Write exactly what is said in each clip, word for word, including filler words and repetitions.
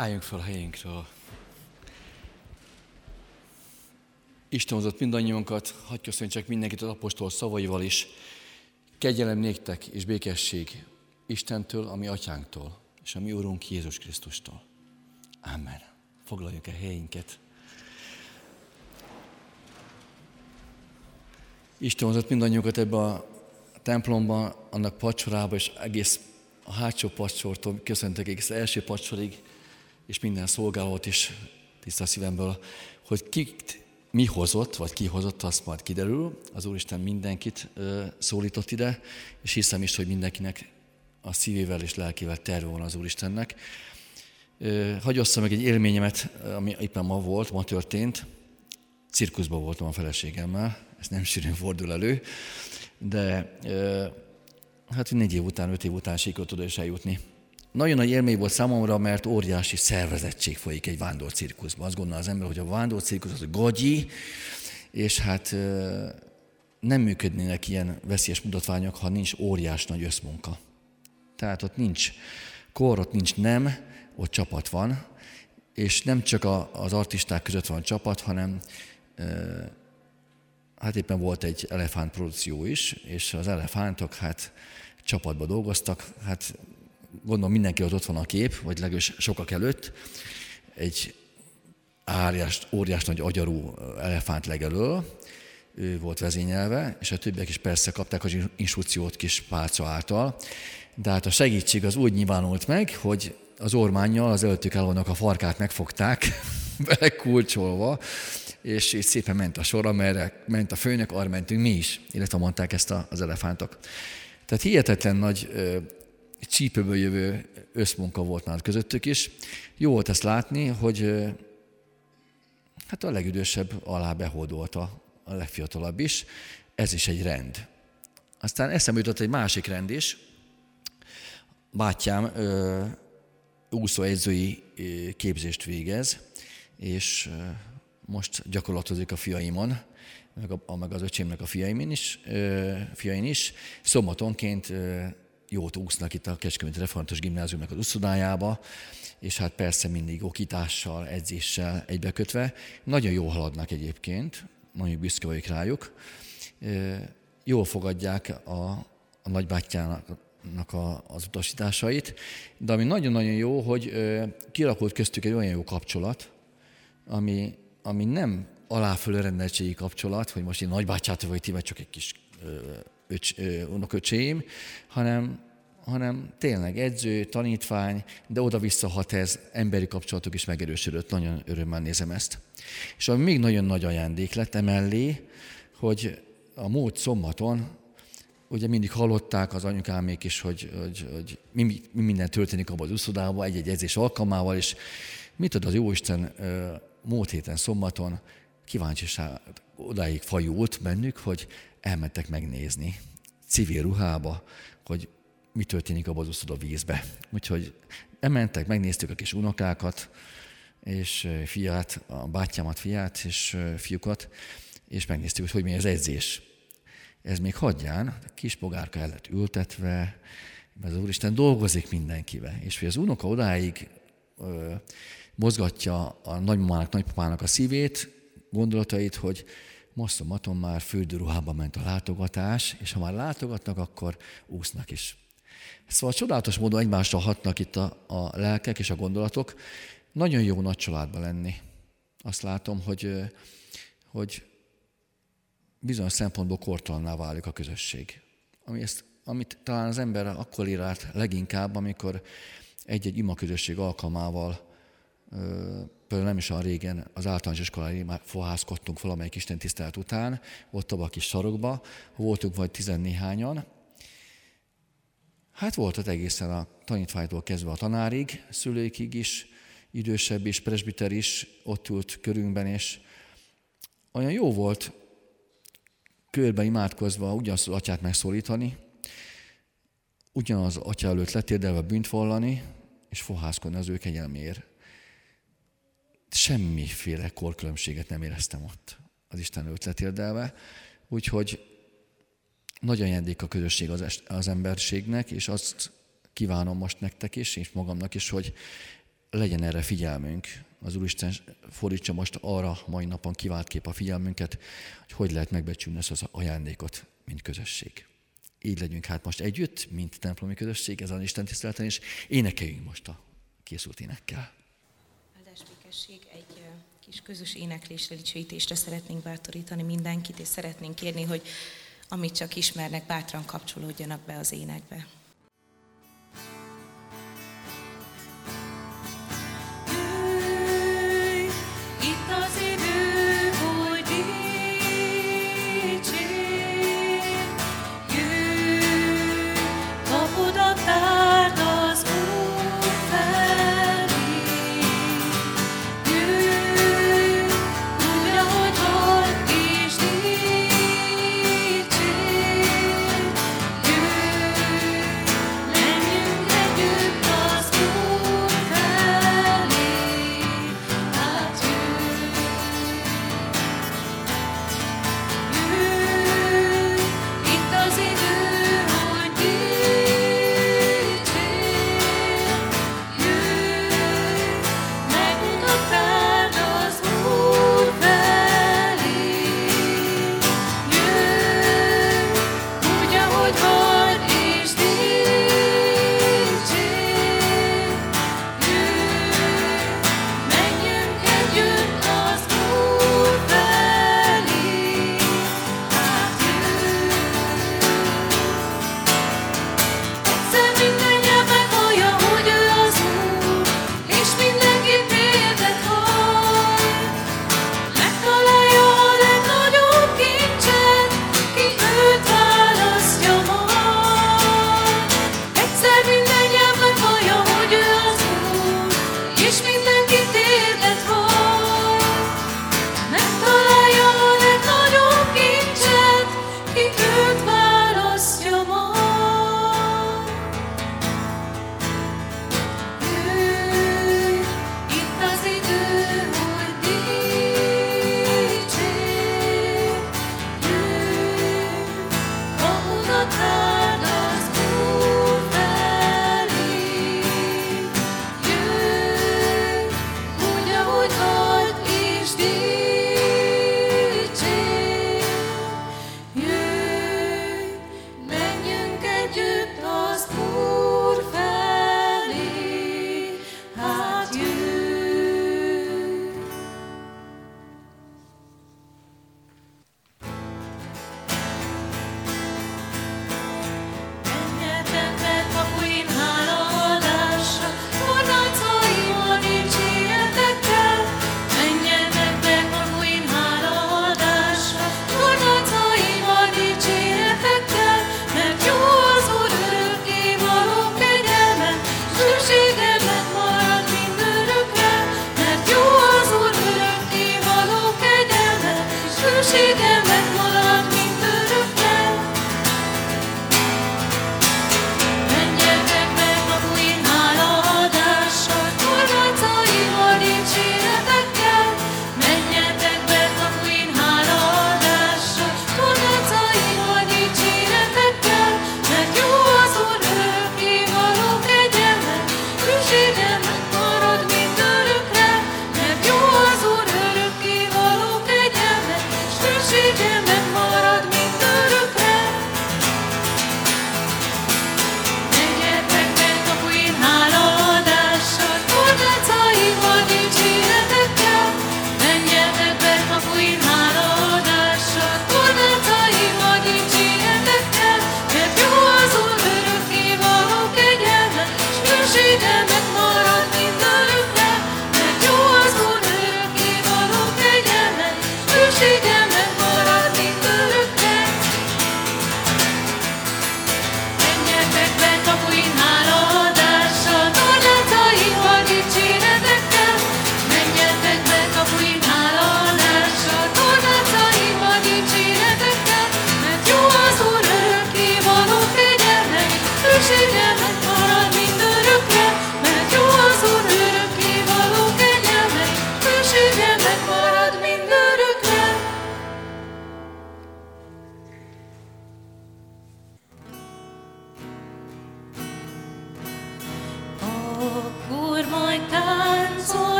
Álljunk fel a helyünkről. Isten hozott mindannyiunkat, hadd köszöntsek mindenkit az apostol szavaival is. Kegyelem néktek és békesség Istentől, a mi atyánktól, és a mi Urunk Jézus Krisztustól. Amen. Foglaljuk el helyünket. Isten hozott mindannyiunkat ebbe a templomban, annak pacsorába, és egész a hátsó pacsortól köszöntök egész az első pacsorig, és minden szolgálat is tiszta szívemből, hogy kit mi hozott, vagy ki hozott, azt majd kiderül. Az Úristen mindenkit ö, szólított ide, és hiszem is, hogy mindenkinek a szívével és lelkével terve van az Úristennek. Ö, hagy osszam meg egy élményemet, ami éppen ma volt, ma történt. Cirkuszban voltam a feleségemmel, ez nem sűrűn fordul elő, de ö, hát négy év után, öt év után sikerült oda is eljutni. Nagyon nagy élmény volt számomra, mert óriási szervezettség folyik egy vándorcirkuszban. Azt gondolja az ember, hogy a vándorcirkusz az a gagyi, és hát nem működnének ilyen veszélyes mutatványok, ha nincs óriás nagy összmunka. Tehát ott nincs kor, ott nincs nem, ott csapat van, és nem csak az artisták között van csapat, hanem hát éppen volt egy elefánt produkció is, és az elefántok hát csapatban dolgoztak, hát gondolom mindenki ott van a kép, vagy legalábbis sokak előtt, egy áriás, óriás nagy agyarú elefánt legelől, ő volt vezényelve, és a többiek is persze kapták az instrukciót kis pálca által, de hát a segítség az úgy nyilvánult meg, hogy az ormánnyal az előttük állónak a farkát megfogták, vele kulcsolva, és így szépen ment a sor, amerre ment a főnök, arra mentünk mi is, illetve mondták ezt az elefántok. Tehát hihetetlen nagy csípőből jövő összmunka volt már közöttük is. Jó volt ezt látni, hogy hát a legüdösebb alá behódolta a legfiatalabb is. Ez is egy rend. Aztán eszembe jutott egy másik rend is. Bátyám ö, úszóedzői képzést végez, és ö, most gyakorlatozik a fiaimon, meg, a, meg az öcsémnek a fiaimin is, ö, fiain is. Szombatonként ö, jót úsznak itt a Kecskeméti Református Gimnáziumnak az úszodájába, és hát persze mindig okítással, edzéssel egybekötve. Nagyon jól haladnak egyébként, nagyon büszke vagyok rájuk. Jól fogadják a, a nagybátyjának a, az utasításait, de ami nagyon-nagyon jó, hogy kialakult köztük egy olyan jó kapcsolat, ami, ami nem aláfölő rendeltségi kapcsolat, hogy most én nagybátyától vagy ti vagy csak egy kis Öcs, ö, unoköcsém, hanem, hanem tényleg edző, tanítvány, de oda-vissza hat ez, emberi kapcsolatok is megerősödött, nagyon örömmel nézem ezt. És ami még nagyon nagy ajándék lett emellé, hogy a múlt szombaton, ugye mindig hallották az anyukámék is, hogy, hogy, hogy mi, mi minden történik abban az úszodában, egy-egy edzés alkalmával, és mit tud az Jóisten múlt héten szombaton kíváncsiság odáig fajult bennük, hogy elmentek megnézni civil ruhába, hogy mi történik abban az úszoda vízbe. Úgyhogy elmentek, megnéztük a kis unokákat, és fiát, a bátyámat, fiát és fiúkat, és megnéztük, hogy hogy mi az edzés. Ez még hagyján, a kis bogárka el lett ültetve, mert az Úristen dolgozik mindenkivel, és hogy az unoka odáig ö, mozgatja a nagymamának, nagypapának a szívét, gondolatait, hogy most szombaton már fürdőruhában ment a látogatás, és ha már látogatnak, akkor úsznak is. Szóval csodálatos módon egymásra hatnak itt a, a lelkek és a gondolatok. Nagyon jó nagy családban lenni. Azt látom, hogy, hogy bizonyos szempontból kortalanná válik a közösség. Ami ezt, amit talán az ember akkor ír át leginkább, amikor egy-egy imaközösség alkalmával például nem is olyan régen az általános iskolai már fohászkodtunk valamelyik Isten tisztelet után, ott abban a kis sarokba, voltunk vagy tizennéhányan. Hát volt ott egészen a tanítványtól kezdve a tanárig, szülőkig is, idősebb is, presbiter is ott ült körünkben, és olyan jó volt körben imádkozva ugyanazt az atyát megszólítani, ugyanaz atya előtt letérdelve bűnt vallani, és fohászkodni az ő kegyelméért. Semmiféle korkülönbséget nem éreztem ott az Isten előtt letérdelve, úgyhogy nagy ajándék a közösség az, az emberségnek, és azt kívánom most nektek is, és magamnak is, hogy legyen erre figyelmünk. Az Úristen fordítsa most arra mai napon kiváltképp a figyelmünket, hogy hogy lehet megbecsülni ezt az ajándékot, mint közösség. Így legyünk hát most együtt, mint templomi közösség, ezen Isten tiszteleten, és énekeljünk most a készült énekkel. Áldásbékesség, egy kis közös éneklésre, dicsőítésre szeretnénk bátorítani mindenkit, és szeretnénk kérni, hogy amit csak ismernek, bátran kapcsolódjanak be az énekbe. Jöjj,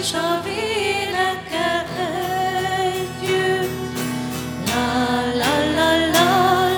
és a lélekkel együtt. La la la la.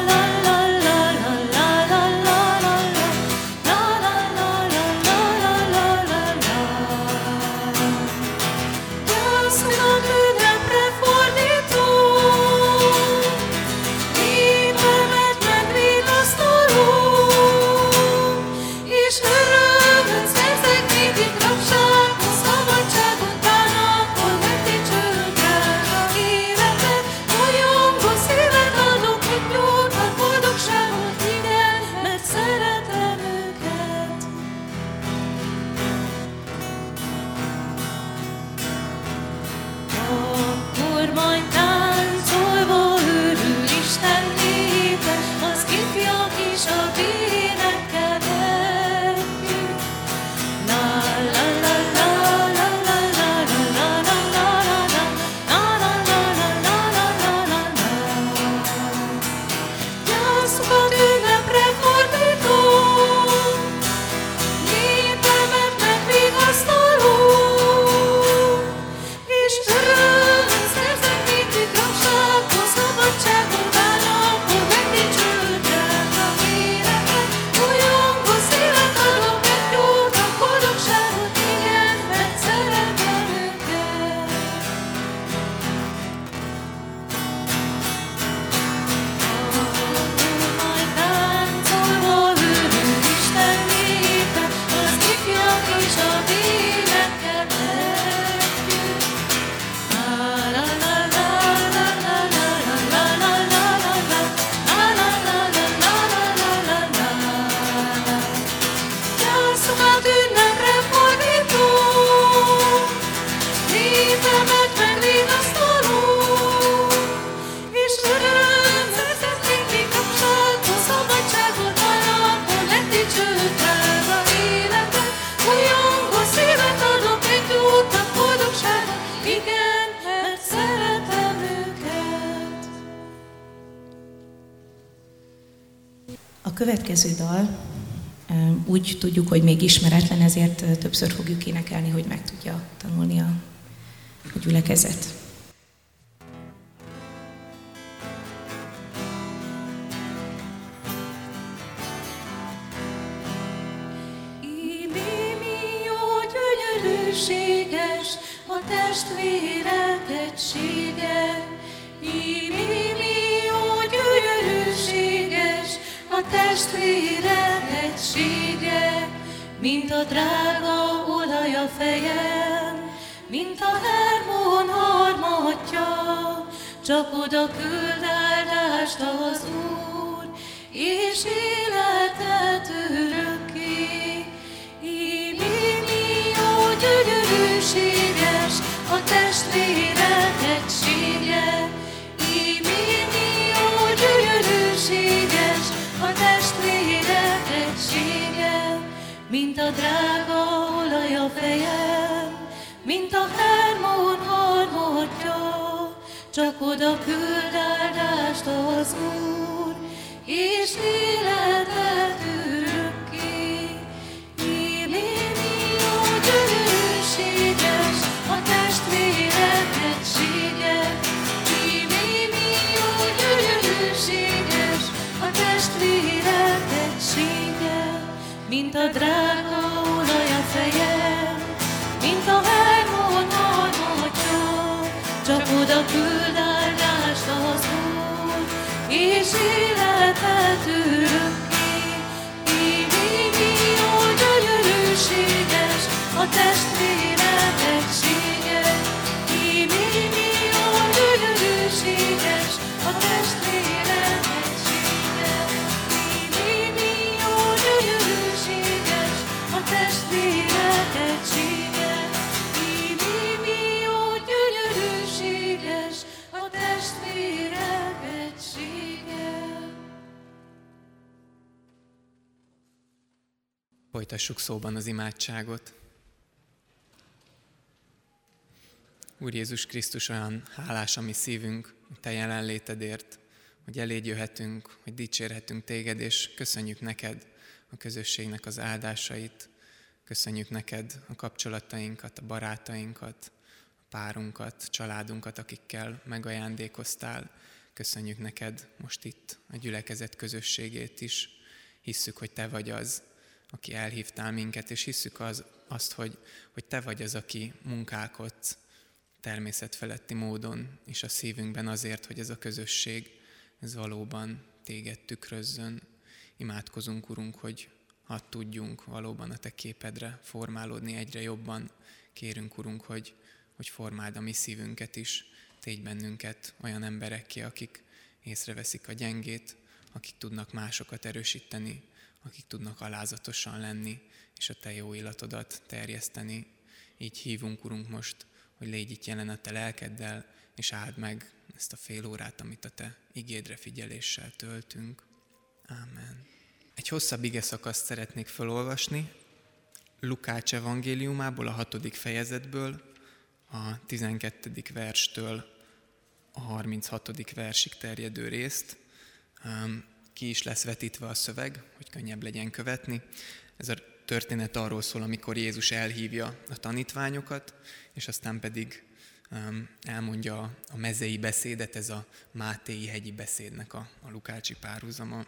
A következő dal úgy tudjuk, hogy még ismeretlen, ezért többször fogjuk énekelni, hogy meg tudja tanulni a, a gyülekezet. A testvérek egysége, imi mi ó gyönyörűséges, a testvérek egysége, mint a drága olaj a fejem, mint a Hermon harmatja, csak oda küld áldást az Úr, és életet örökké. Imi mi ó gyönyörűséges, a testvérek egysége, imi mi ó gyönyörűséges, a testvérek egysége, mint a drága olaj a fejem, mint a Hermon harmatja, csak oda küld áldást az Úr, és életet örökké. Imi mi ó gyönyörűséges, a testvérek egysége, imi mi ó gyönyörűséges, a testvérek egysége, mint a drága olaj a fejem, mint a Hermon harmatja, csak oda küld áldást az Úr, és életet örökké. Imi mi ó gyönyörűséges, a testvérek egysége, imi mi ó gyönyörűséges, a testvérek egysége, imi mi ó gyönyörűséges, a testvérek egysége, imi mi ó gyönyörűséges, a testvérek egysége. Folytassuk szóban az imádságot. Úr Jézus Krisztus, olyan hálás a mi szívünk, Te jelenlétedért, hogy eléd jöhetünk, hogy dicsérhetünk Téged, és köszönjük neked a közösségnek az áldásait. Köszönjük neked a kapcsolatainkat, a barátainkat, a párunkat, családunkat, akikkel megajándékoztál. Köszönjük neked most itt a gyülekezet közösségét is. Hisszük, hogy te vagy az, aki elhívtál minket, és hisszük az, azt, hogy, hogy te vagy az, aki munkálkodsz természetfeletti módon, és a szívünkben azért, hogy ez a közösség, ez valóban téged tükrözzön. Imádkozunk, Urunk, hogy hadd tudjunk valóban a te képedre formálódni egyre jobban. Kérünk, Urunk, hogy, hogy formáld a mi szívünket is, tégy bennünket olyan emberekké, akik észreveszik a gyengét, akik tudnak másokat erősíteni, akik tudnak alázatosan lenni, és a te jó illatodat terjeszteni. Így hívunk, Urunk, most, hogy légy itt jelen a te lelkeddel, és áld meg ezt a fél órát, amit a te igédre figyeléssel töltünk. Ámen. Egy hosszabb igeszakaszt szeretnék felolvasni, Lukács evangéliumából, a hatodik fejezetből, a tizenkettedik verstől a harminchatodik versig terjedő részt. Ki is lesz vetítve a szöveg, hogy könnyebb legyen követni. Ez a történet arról szól, amikor Jézus elhívja a tanítványokat, és aztán pedig elmondja a mezei beszédet, ez a Mátéi hegyi beszédnek a, a lukácsi párhuzama.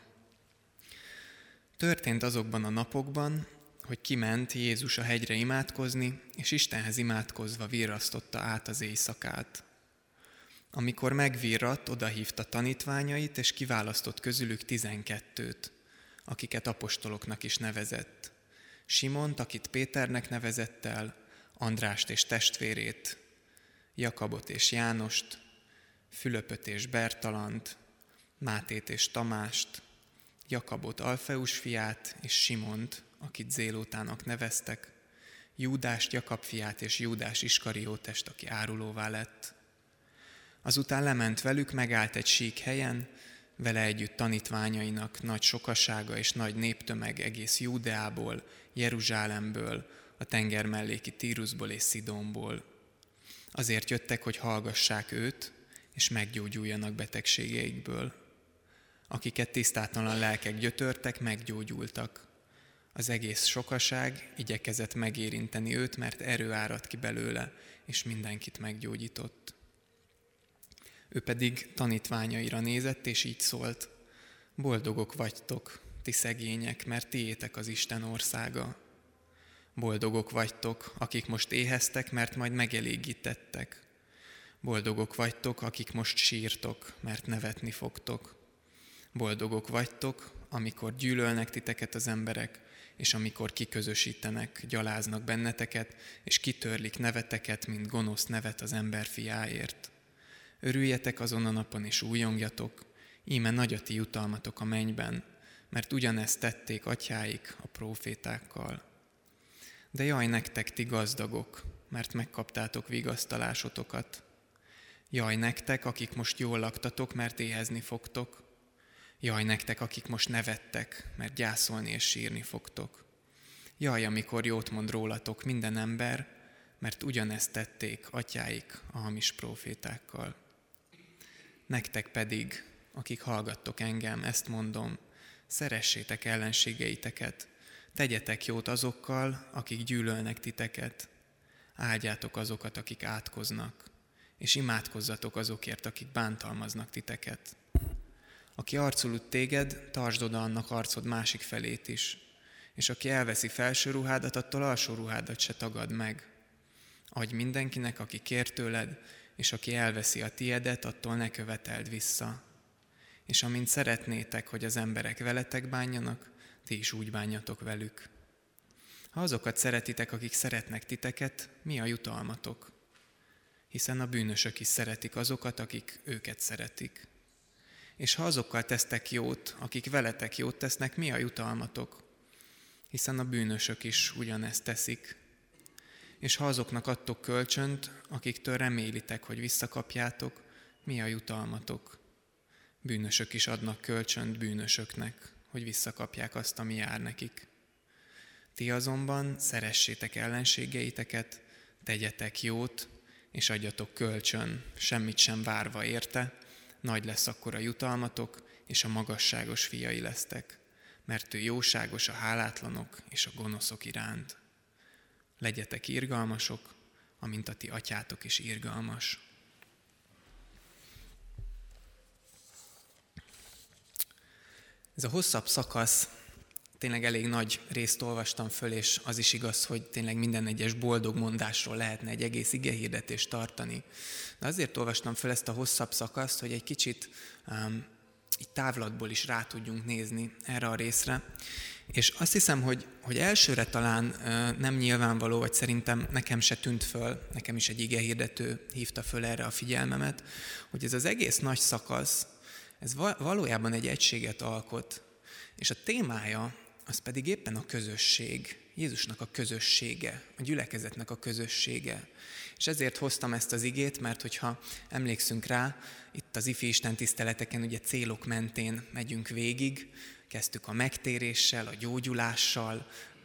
Történt azokban a napokban, hogy kiment Jézus a hegyre imádkozni, és Istenhez imádkozva virrasztotta át az éjszakát. Amikor megvirradt, odahívta tanítványait, és kiválasztott közülük tizenkettőt, akiket apostoloknak is nevezett. Simont, akit Péternek nevezett el, Andrást és testvérét, Jakabot és Jánost, Fülöpöt és Bertalant, Mátét és Tamást, Jakabot, Alfeus fiát, és Simont, akit Zélótának neveztek, Júdást, Jakab fiát, és Júdás Iskariótest, aki árulóvá lett. Azután lement velük, megállt egy sík helyen, vele együtt tanítványainak nagy sokasága és nagy néptömeg egész Júdeából, Jeruzsálemből, a tenger melléki Tírusból és Szidónból. Azért jöttek, hogy hallgassák őt, és meggyógyuljanak betegségeikből. Akiket tisztátalan lelkek gyötörtek, meggyógyultak. Az egész sokaság igyekezett megérinteni őt, mert erő árad ki belőle, és mindenkit meggyógyított. Ő pedig tanítványaira nézett, és így szólt: boldogok vagytok, ti szegények, mert tiétek az Isten országa. Boldogok vagytok, akik most éheztek, mert majd megelégítettek. Boldogok vagytok, akik most sírtok, mert nevetni fogtok. Boldogok vagytok, amikor gyűlölnek titeket az emberek, és amikor kiközösítenek, gyaláznak benneteket, és kitörlik neveteket, mint gonosz nevet az ember fiáért. Örüljetek azon a napon, és újongjatok, íme nagy a ti jutalmatok a mennyben, mert ugyanezt tették atyáik a prófétákkal. De jaj nektek, ti gazdagok, mert megkaptátok vigasztalásotokat. Jaj nektek, akik most jól laktatok, mert éhezni fogtok. Jaj nektek, akik most nevettek, mert gyászolni és sírni fogtok. Jaj, amikor jót mond rólatok minden ember, mert ugyanezt tették atyáik a hamis prófétákkal. Nektek pedig, akik hallgattok engem, ezt mondom, szeressétek ellenségeiteket, tegyetek jót azokkal, akik gyűlölnek titeket, áldjátok azokat, akik átkoznak, és imádkozzatok azokért, akik bántalmaznak titeket. Aki arcul üt téged, tartsd oda annak arcod másik felét is, és aki elveszi felső ruhádat, attól alsó ruhádat se tagad meg. Adj mindenkinek, aki kér tőled, és aki elveszi a tiedet, attól ne követeld vissza. És amint szeretnétek, hogy az emberek veletek bánjanak, ti is úgy bánjatok velük. Ha azokat szeretitek, akik szeretnek titeket, mi a jutalmatok? Hiszen a bűnösök is szeretik azokat, akik őket szeretik. És ha azokkal tesztek jót, akik veletek jót tesznek, mi a jutalmatok? Hiszen a bűnösök is ugyanezt teszik. És ha azoknak adtok kölcsönt, akiktől remélitek, hogy visszakapjátok, mi a jutalmatok? Bűnösök is adnak kölcsönt bűnösöknek, hogy visszakapják azt, ami jár nekik. Ti azonban szeressétek ellenségeiteket, tegyetek jót, és adjatok kölcsön, semmit sem várva érte, nagy lesz akkor a jutalmatok, és a magasságos fiai lesztek, mert ő jóságos a hálátlanok és a gonoszok iránt. legyetek irgalmasok, amint a ti atyátok is irgalmas. Ez a hosszabb szakasz, tényleg elég nagy részt olvastam föl, és az is igaz, hogy tényleg minden egyes boldog mondásról lehetne egy egész igehirdetést tartani. De azért olvastam föl ezt a hosszabb szakaszt, hogy egy kicsit um, így távlatból is rá tudjunk nézni erre a részre. És azt hiszem, hogy, hogy elsőre talán uh, nem nyilvánvaló, vagy szerintem nekem se tűnt föl, nekem is egy igehirdető hívta föl erre a figyelmemet, hogy ez az egész nagy szakasz, ez valójában egy egységet alkot, és a témája az pedig éppen a közösség, Jézusnak a közössége, a gyülekezetnek a közössége. És ezért hoztam ezt az igét, mert hogyha emlékszünk rá, itt az ifi istentiszteleteken ugye célok mentén megyünk végig, kezdtük a megtéréssel, a gyógyulással,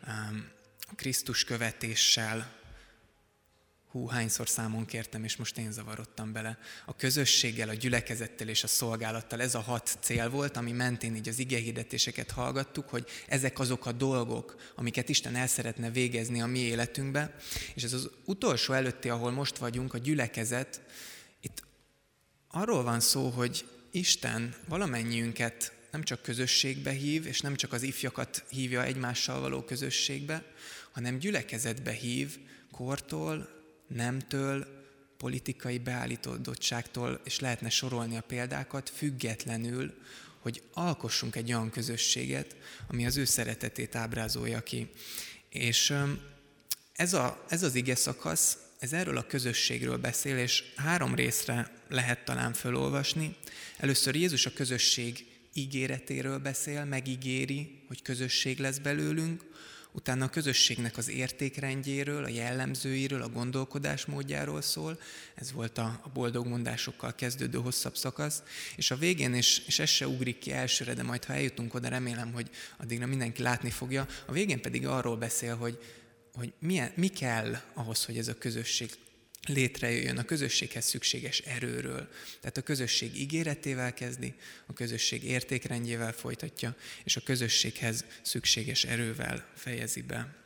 a Krisztus követéssel. Hú, hányszor számon kértem, és most én zavarodtam bele. A közösséggel, a gyülekezettel és a szolgálattal ez a hat cél volt, ami mentén így az igehirdetéseket hallgattuk, hogy ezek azok a dolgok, amiket Isten el szeretne végezni a mi életünkbe. És ez az utolsó előtti, ahol most vagyunk, a gyülekezet, itt arról van szó, hogy Isten valamennyiünket nem csak közösségbe hív, és nem csak az ifjakat hívja egymással való közösségbe, hanem gyülekezetbe hív kortól, nemtől, politikai beállítottságtól, és lehetne sorolni a példákat, függetlenül, hogy alkossunk egy olyan közösséget, ami az ő szeretetét ábrázolja ki. És ez, a, ez az ige szakasz, ez erről a közösségről beszél, és három részre lehet talán felolvasni. Először Jézus a közösség ígéretéről beszél, megígéri, hogy közösség lesz belőlünk, utána a közösségnek az értékrendjéről, a jellemzőiről, a gondolkodásmódjáról szól, ez volt a, a boldog mondásokkal kezdődő hosszabb szakasz, és a végén, és, és ez se ugrik ki elsőre, de majd ha eljutunk oda, remélem, hogy addigra mindenki látni fogja, a végén pedig arról beszél, hogy, hogy milyen, mi kell ahhoz, hogy ez a közösség létrejöjjön, a közösséghez szükséges erőről. Tehát a közösség ígéretével kezdi, a közösség értékrendjével folytatja, és a közösséghez szükséges erővel fejezi be.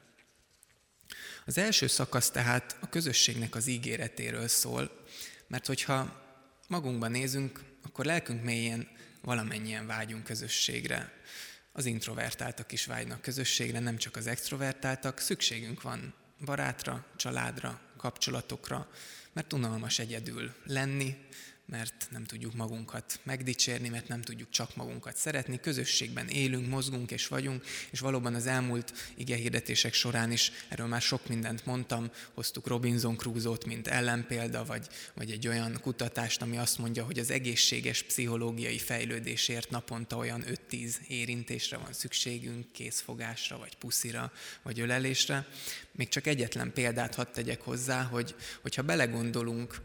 Az első szakasz tehát a közösségnek az ígéretéről szól, mert hogyha magunkban nézünk, akkor lelkünk mélyén valamennyien vágyunk közösségre. Az introvertáltak is vágynak közösségre, nem csak az extrovertáltak, szükségünk van barátra, családra, kapcsolatokra, mert unalmas egyedül lenni, mert nem tudjuk magunkat megdicsérni, mert nem tudjuk csak magunkat szeretni. Közösségben élünk, mozgunk és vagyunk, és valóban az elmúlt igehirdetések során is erről már sok mindent mondtam. Hoztuk Robinson Crusoe-t, mint ellenpélda, vagy, vagy egy olyan kutatást, ami azt mondja, hogy az egészséges pszichológiai fejlődésért naponta olyan öt-tíz érintésre van szükségünk, készfogásra, vagy puszira, vagy ölelésre. Még csak egyetlen példát hadd tegyek hozzá, hogy, hogyha belegondolunk,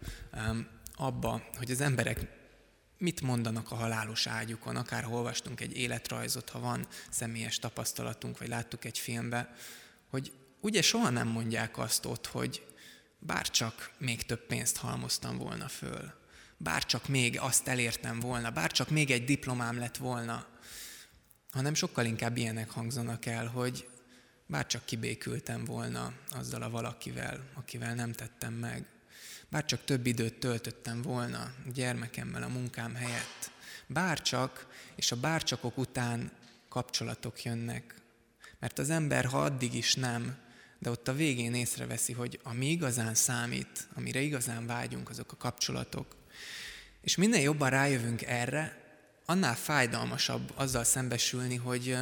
abba, hogy az emberek mit mondanak a halálos ágyukon, akár olvastunk egy életrajzot, ha van személyes tapasztalatunk, vagy láttuk egy filmbe, hogy ugye soha nem mondják azt ott, hogy bárcsak még több pénzt halmoztam volna föl, bárcsak még azt elértem volna, bárcsak még egy diplomám lett volna, hanem sokkal inkább ilyenek hangzanak el, hogy bárcsak kibékültem volna azzal a valakivel, akivel nem tettem meg. Bárcsak több időt töltöttem volna a gyermekemmel a munkám helyett. Bárcsak, és a bárcsakok után kapcsolatok jönnek. Mert az ember, ha addig is nem, de ott a végén észreveszi, hogy ami igazán számít, amire igazán vágyunk, azok a kapcsolatok. És minél jobban rájövünk erre, annál fájdalmasabb azzal szembesülni, hogy,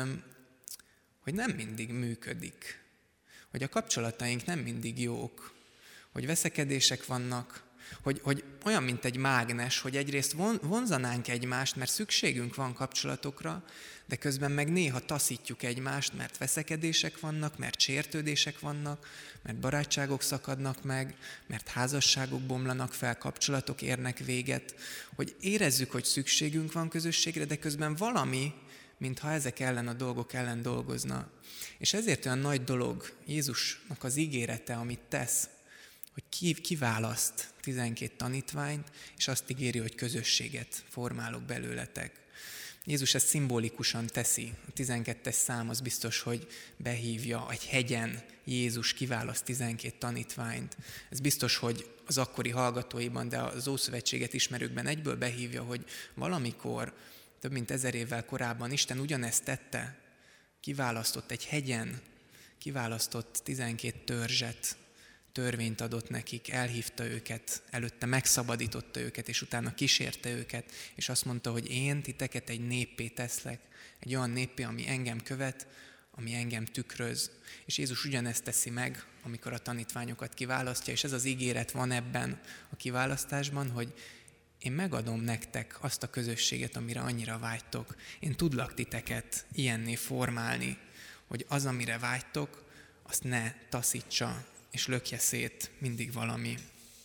hogy nem mindig működik. Hogy a kapcsolataink nem mindig jók. Hogy veszekedések vannak, hogy, hogy olyan, mint egy mágnes, hogy egyrészt von, vonzanánk egymást, mert szükségünk van kapcsolatokra, de közben meg néha taszítjuk egymást, mert veszekedések vannak, mert sértődések vannak, mert barátságok szakadnak meg, mert házasságok bomlanak fel, kapcsolatok érnek véget, hogy érezzük, hogy szükségünk van közösségre, de közben valami, mintha ezek ellen a dolgok ellen dolgozna. És ezért olyan nagy dolog Jézusnak az ígérete, amit tesz, hogy kiválaszt tizenkét tanítványt, és azt ígéri, hogy közösséget formálok belőletek. Jézus ezt szimbolikusan teszi. A tizenkettes szám az biztos, hogy behívja egy hegyen, Jézus kiválaszt tizenkét tanítványt. Ez biztos, hogy az akkori hallgatóiban, de az Ószövetséget ismerőkben egyből behívja, hogy valamikor, több mint ezer évvel korábban Isten ugyanezt tette. Kiválasztott egy hegyen, kiválasztott tizenkét törzset, törvényt adott nekik, elhívta őket, előtte megszabadította őket, és utána kísérte őket, és azt mondta, hogy én titeket egy néppé teszlek, egy olyan néppé, ami engem követ, ami engem tükröz. És Jézus ugyanezt teszi meg, amikor a tanítványokat kiválasztja, és ez az ígéret van ebben a kiválasztásban, hogy én megadom nektek azt a közösséget, amire annyira vágytok. Én tudlak titeket ilyenné formálni, hogy az, amire vágytok, azt ne taszítsa, és lökje szét mindig valami.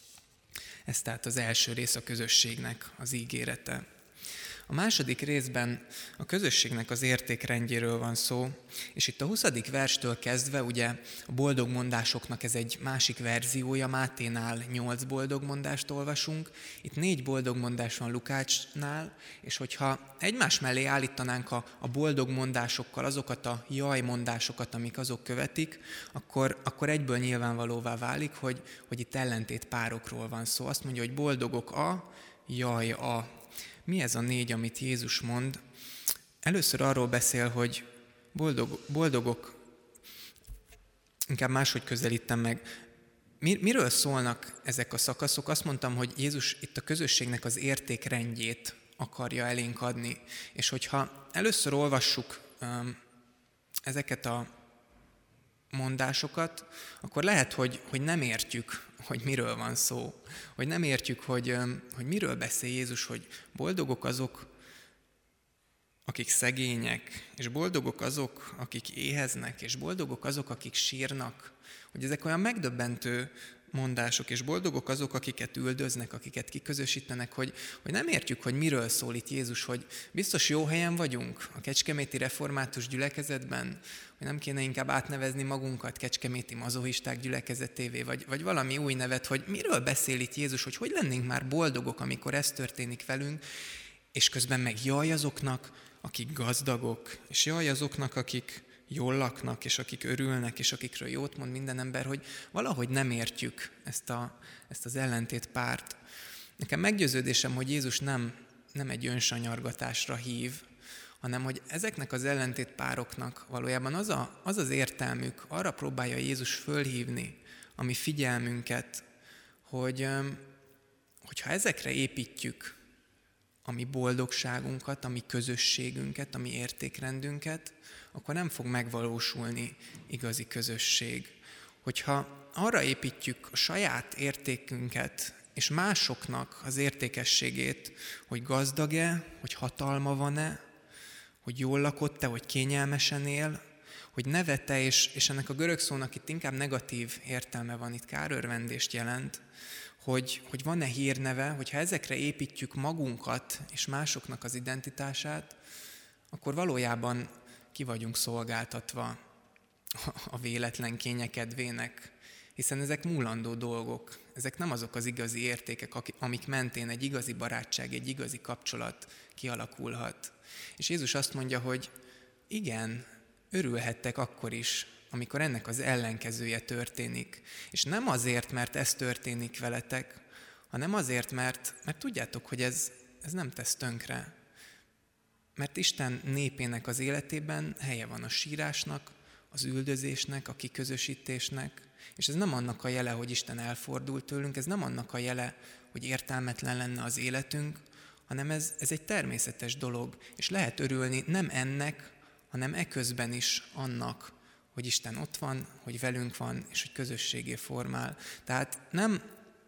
Ez tehát az első rész a közösségnek az ígérete. A második részben a közösségnek az értékrendjéről van szó, és itt a huszadik verstől kezdve, ugye a boldogmondásoknak ez egy másik verziója, Máténál nyolc boldogmondást olvasunk, itt négy boldogmondás van Lukácsnál, és hogyha egymás mellé állítanánk a, a boldogmondásokkal azokat a jajmondásokat, amik azok követik, akkor, akkor egyből nyilvánvalóvá válik, hogy, hogy itt ellentét párokról van szó. Azt mondja, hogy boldogok a, jaj a. Mi ez a négy, amit Jézus mond? Először arról beszél, hogy boldog, boldogok, inkább máshogy közelítem meg. Mir, miről szólnak ezek a szakaszok? Azt mondtam, hogy Jézus itt a közösségnek az értékrendjét akarja elénk adni. És hogyha először olvassuk um, ezeket a mondásokat, akkor lehet, hogy, hogy nem értjük, hogy miről van szó. Hogy nem értjük, hogy, hogy miről beszél Jézus, hogy boldogok azok, akik szegények, és boldogok azok, akik éheznek, és boldogok azok, akik sírnak. Hogy ezek olyan megdöbbentő mondások, és boldogok azok, akiket üldöznek, akiket kiközösítenek, hogy, hogy nem értjük, hogy miről szól itt Jézus, hogy biztos jó helyen vagyunk a kecskeméti református gyülekezetben, hogy nem kéne inkább átnevezni magunkat kecskeméti mazohisták gyülekezetévé, vagy, vagy valami új nevet, hogy miről beszél itt Jézus, hogy hogy lennénk már boldogok, amikor ez történik velünk, és közben meg jaj azoknak, akik gazdagok, és jaj azoknak, akik jól laknak, és akik örülnek, és akikről jót mond minden ember, hogy valahogy nem értjük ezt, a, ezt az ellentét párt. Nekem meggyőződésem, hogy Jézus nem, nem egy önsanyargatásra hív, hanem hogy ezeknek az ellentét pároknak valójában az, a, az az értelmük, arra próbálja Jézus fölhívni a mi figyelmünket, hogy hogyha ezekre építjük a mi boldogságunkat, a mi közösségünket, a mi értékrendünket, akkor nem fog megvalósulni igazi közösség. Hogyha arra építjük a saját értékünket, és másoknak az értékességét, hogy gazdag-e, hogy hatalma van-e, hogy jól lakott-e, hogy kényelmesen él, hogy nevet-e, és, és ennek a görög szónak itt inkább negatív értelme van, itt kárörvendést jelent, hogy, hogy van-e hírneve, hogyha ezekre építjük magunkat és másoknak az identitását, akkor valójában ki vagyunk szolgáltatva a véletlen kényekedvének, hiszen ezek múlandó dolgok, ezek nem azok az igazi értékek, amik mentén egy igazi barátság, egy igazi kapcsolat kialakulhat. És Jézus azt mondja, hogy igen, örülhettek akkor is, amikor ennek az ellenkezője történik. És nem azért, mert ez történik veletek, hanem azért, mert, mert tudjátok, hogy ez, ez nem tesz tönkre. Mert Isten népének az életében helye van a sírásnak, az üldözésnek, a kiközösítésnek, és ez nem annak a jele, hogy Isten elfordult tőlünk, ez nem annak a jele, hogy értelmetlen lenne az életünk, hanem ez, ez egy természetes dolog, és lehet örülni nem ennek, hanem eközben is annak, hogy Isten ott van, hogy velünk van, és hogy közösségé formál. Tehát nem,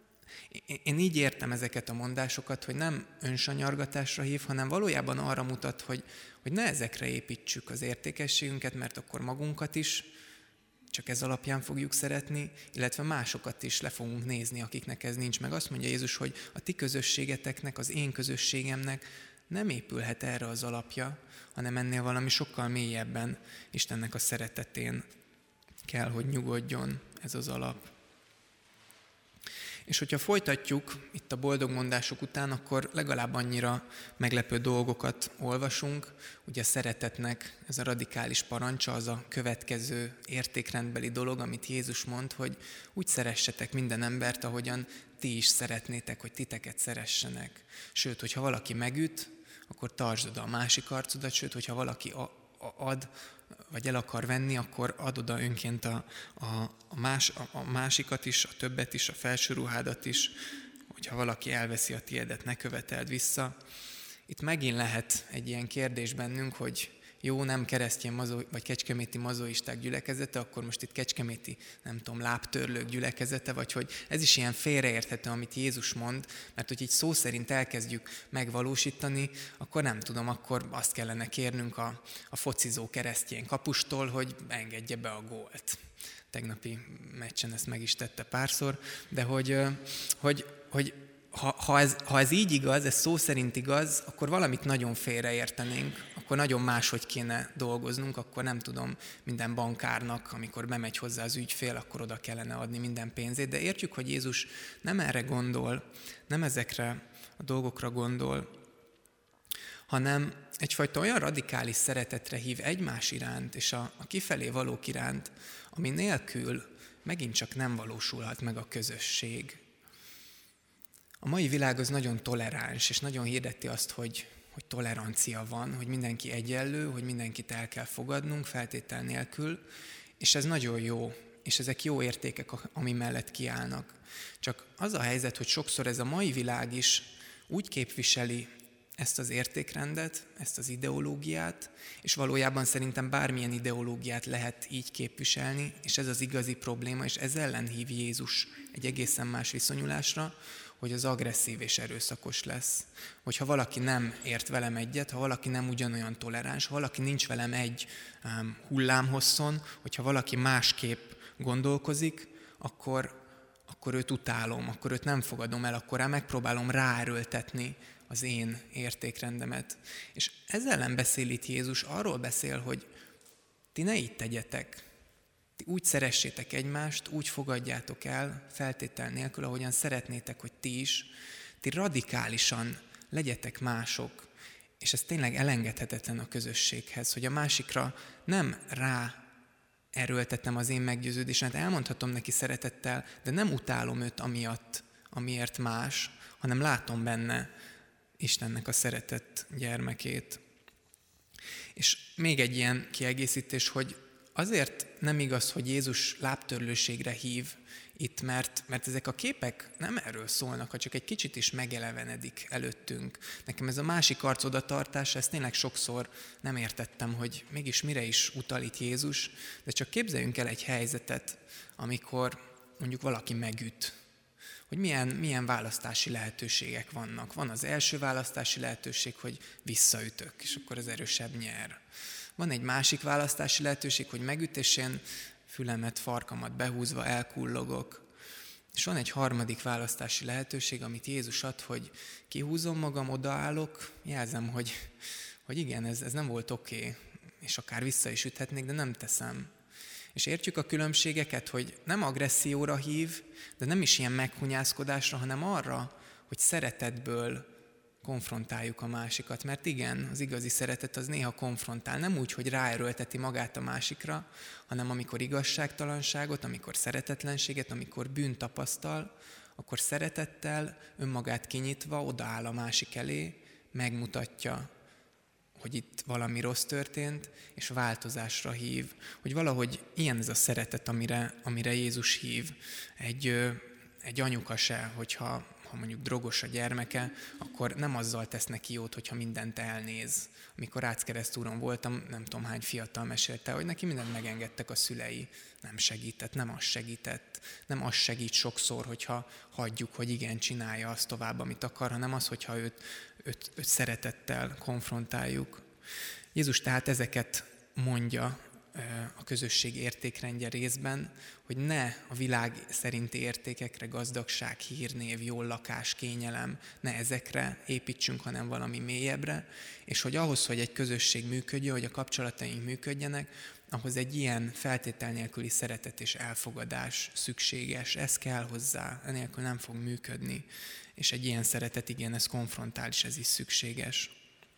én így értem ezeket a mondásokat, hogy nem önsanyargatásra hív, hanem valójában arra mutat, hogy, hogy ne ezekre építsük az értékességünket, mert akkor magunkat is csak ez alapján fogjuk szeretni, illetve másokat is le fogunk nézni, akiknek ez nincs meg. Azt mondja Jézus, hogy a ti közösségeteknek, az én közösségemnek nem épülhet erre az alapja, hanem ennél valami sokkal mélyebben Istennek a szeretetén kell, hogy nyugodjon ez az alap. És hogyha folytatjuk itt a boldogmondások után, akkor legalább annyira meglepő dolgokat olvasunk. Ugye a szeretetnek ez a radikális parancsa, az a következő értékrendbeli dolog, amit Jézus mond, hogy úgy szeressetek minden embert, ahogyan ti is szeretnétek, hogy titeket szeressenek. Sőt, hogyha valaki megüt, akkor tartsd oda a másik arcodat, sőt, hogyha valaki ad, vagy el akar venni, akkor add oda önként a, a, a, más, a, a másikat is, a többet is, a felső ruhádat is, hogyha valaki elveszi a tiédet, ne követeld vissza. Itt megint lehet egy ilyen kérdés bennünk, hogy jó, nem keresztény mazó, vagy kecskeméti mazoisták gyülekezete, akkor most itt kecskeméti, nem tudom, lábtörlők gyülekezete, vagy hogy ez is ilyen félreérthető, amit Jézus mond, mert hogy így szó szerint elkezdjük megvalósítani, akkor nem tudom, akkor azt kellene kérnünk a, a focizó keresztény kapustól, hogy engedje be a gólt. Tegnapi meccsen ezt meg is tette párszor, de hogy, hogy, hogy Ha, ha, ez, ha ez így igaz, ez szó szerint igaz, akkor valamit nagyon félreértenénk, akkor nagyon máshogy kéne dolgoznunk, akkor nem tudom, minden bankárnak, amikor bemegy hozzá az ügyfél, akkor oda kellene adni minden pénzét, de értjük, hogy Jézus nem erre gondol, nem ezekre a dolgokra gondol, hanem egyfajta olyan radikális szeretetre hív egymás iránt, és a, a kifelé valók iránt, ami nélkül megint csak nem valósulhat meg a közösség. A mai világ az nagyon toleráns, és nagyon hirdeti azt, hogy, hogy tolerancia van, hogy mindenki egyenlő, hogy mindenkit el kell fogadnunk feltétel nélkül, és ez nagyon jó, és ezek jó értékek, ami mellett kiállnak. Csak az a helyzet, hogy sokszor ez a mai világ is úgy képviseli ezt az értékrendet, ezt az ideológiát, és valójában szerintem bármilyen ideológiát lehet így képviselni, és ez az igazi probléma, és ez ellen hív Jézus egy egészen más viszonyulásra, hogy az agresszív és erőszakos lesz. Hogyha valaki nem ért velem egyet, ha valaki nem ugyanolyan toleráns, ha valaki nincs velem egy um, hullámhosszon, hogyha valaki másképp gondolkozik, akkor, akkor őt utálom, akkor őt nem fogadom el, akkor rá megpróbálom ráerőltetni az én értékrendemet. És ezzel ellen beszél itt Jézus, arról beszél, hogy ti ne így tegyetek. Ti úgy szeressétek egymást, úgy fogadjátok el feltétel nélkül, ahogyan szeretnétek, hogy ti is. Ti radikálisan legyetek mások, és ez tényleg elengedhetetlen a közösséghez, hogy a másikra nem rá erőltetem az én meggyőződésemet, elmondhatom neki szeretettel, de nem utálom őt amiatt, amiért más, hanem látom benne Istennek a szeretett gyermekét. És még egy ilyen kiegészítés, hogy azért nem igaz, hogy Jézus lábtörlőségre hív itt, mert, mert ezek a képek nem erről szólnak, ha csak egy kicsit is megelevenedik előttünk. Nekem ez a másik arc odatartása, ezt tényleg sokszor nem értettem, hogy mégis mire is utal itt Jézus, de csak képzeljünk el egy helyzetet, amikor mondjuk valaki megüt, hogy milyen, milyen választási lehetőségek vannak. Van az első választási lehetőség, hogy visszaütök, és akkor az erősebb nyer. Van egy másik választási lehetőség, hogy megüt, és én fülemet, farkamat behúzva elkullogok. És van egy harmadik választási lehetőség, amit Jézus ad, hogy kihúzom magam, odaállok, jelzem, hogy, hogy igen, ez, ez nem volt oké, és akár vissza is üthetnék, de nem teszem. És értjük a különbségeket, hogy nem agresszióra hív, de nem is ilyen meghunyászkodásra, hanem arra, hogy szeretetből konfrontáljuk a másikat. Mert igen, az igazi szeretet az néha konfrontál. Nem úgy, hogy ráerőlteti magát a másikra, hanem amikor igazságtalanságot, amikor szeretetlenséget, amikor bűnt tapasztal, akkor szeretettel, önmagát kinyitva odaáll a másik elé, megmutatja, hogy itt valami rossz történt, és változásra hív. Hogy valahogy ilyen ez a szeretet, amire, amire Jézus hív. Egy, egy anyuka se, hogyha ha mondjuk drogos a gyermeke, akkor nem azzal tesz neki jót, hogyha mindent elnéz. Amikor Ráckeresztúron voltam, nem tudom hány fiatal mesélte, hogy neki mindent megengedtek a szülei. Nem segített, nem az segített. Nem az segít sokszor, hogyha hagyjuk, hogy igen, csinálja azt tovább, amit akar, hanem az, hogyha őt, őt, őt szeretettel konfrontáljuk. Jézus tehát ezeket mondja a közösség értékrendje részben, hogy ne a világ szerinti értékekre, gazdagság, hírnév, jól lakás, kényelem, ne ezekre építsünk, hanem valami mélyebbre, és hogy ahhoz, hogy egy közösség működjön, hogy a kapcsolataink működjenek, ahhoz egy ilyen feltétel nélküli szeretet és elfogadás szükséges. Ez kell hozzá, enélkül nem fog működni. És egy ilyen szeretet, igen, ez konfrontális, ez is szükséges.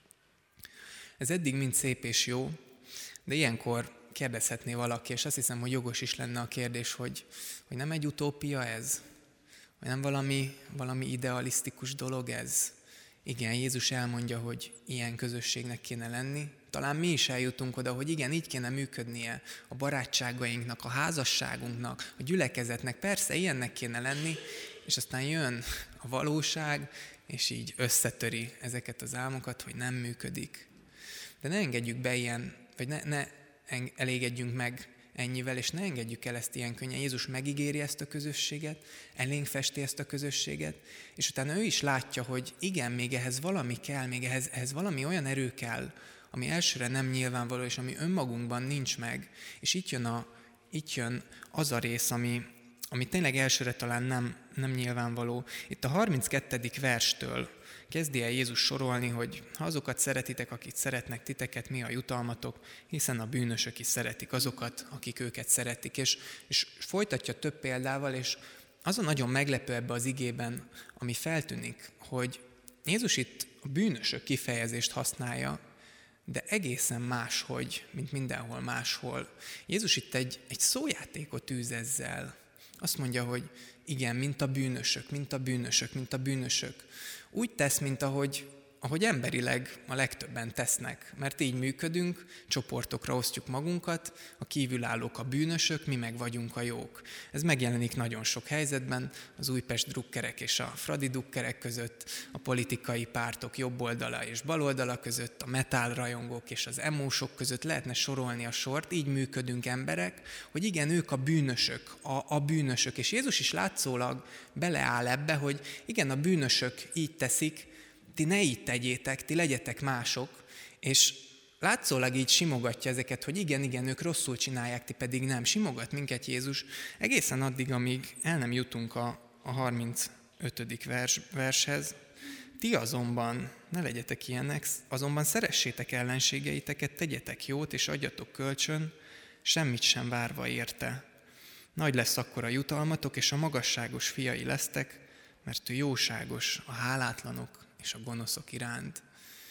Ez eddig mind szép és jó, de ilyenkor kérdezhetné valaki, és azt hiszem, hogy jogos is lenne a kérdés, hogy, hogy nem egy utópia ez? Vagy nem valami, valami idealisztikus dolog ez? Igen, Jézus elmondja, hogy ilyen közösségnek kéne lenni. Talán mi is eljutunk oda, hogy igen, így kéne működnie a barátságainknak, a házasságunknak, a gyülekezetnek. Persze, ilyennek kéne lenni, és aztán jön a valóság, és így összetöri ezeket az álmokat, hogy nem működik. De ne engedjük be ilyen, vagy ne, ne elégedjünk meg ennyivel, és ne engedjük el ezt ilyen könnyen. Jézus megígéri ezt a közösséget, elénk festi ezt a közösséget, és utána ő is látja, hogy igen, még ehhez valami kell, még ehhez, ehhez valami olyan erő kell, ami elsőre nem nyilvánvaló, és ami önmagunkban nincs meg. És itt jön, a, itt jön az a rész, ami, ami tényleg elsőre talán nem, nem nyilvánvaló. Itt a harminckettedik verstől kezdi el Jézus sorolni, hogy ha azokat szeretitek, akik szeretnek titeket, mi a jutalmatok, hiszen a bűnösök is szeretik azokat, akik őket szeretik. És, és folytatja több példával, és az a nagyon meglepő ebbe az igében, ami feltűnik, hogy Jézus itt a bűnösök kifejezést használja, de egészen máshogy, mint mindenhol máshol. Jézus itt egy, egy szójátékot űz ezzel. Azt mondja, hogy igen, mint a bűnösök, mint a bűnösök, mint a bűnösök. Úgy tesz, mint ahogy, ahogy emberileg a legtöbben tesznek. Mert így működünk, csoportokra osztjuk magunkat, a kívülállók a bűnösök, mi meg vagyunk a jók. Ez megjelenik nagyon sok helyzetben, az Újpest drukkerek és a Fradi drukkerek között, a politikai pártok jobb oldala és bal oldala között, a metal rajongók és az emósok között, lehetne sorolni a sort, így működünk emberek, hogy igen, ők a bűnösök, a, a bűnösök. És Jézus is látszólag beleáll ebbe, hogy igen, a bűnösök így teszik, ti ne így tegyétek, ti legyetek mások, és látszólag így simogatja ezeket, hogy igen, igen, ők rosszul csinálják, ti pedig nem. Simogat minket Jézus egészen addig, amíg el nem jutunk a, a harmincötödik vers, vershez. Ti azonban, ne legyetek ilyenek, azonban szeressétek ellenségeiteket, tegyetek jót, és adjatok kölcsön, semmit sem várva érte. Nagy lesz akkor a jutalmatok, és a magasságos fiai lesztek, mert ő jóságos a hálátlanok és a gonoszok iránt.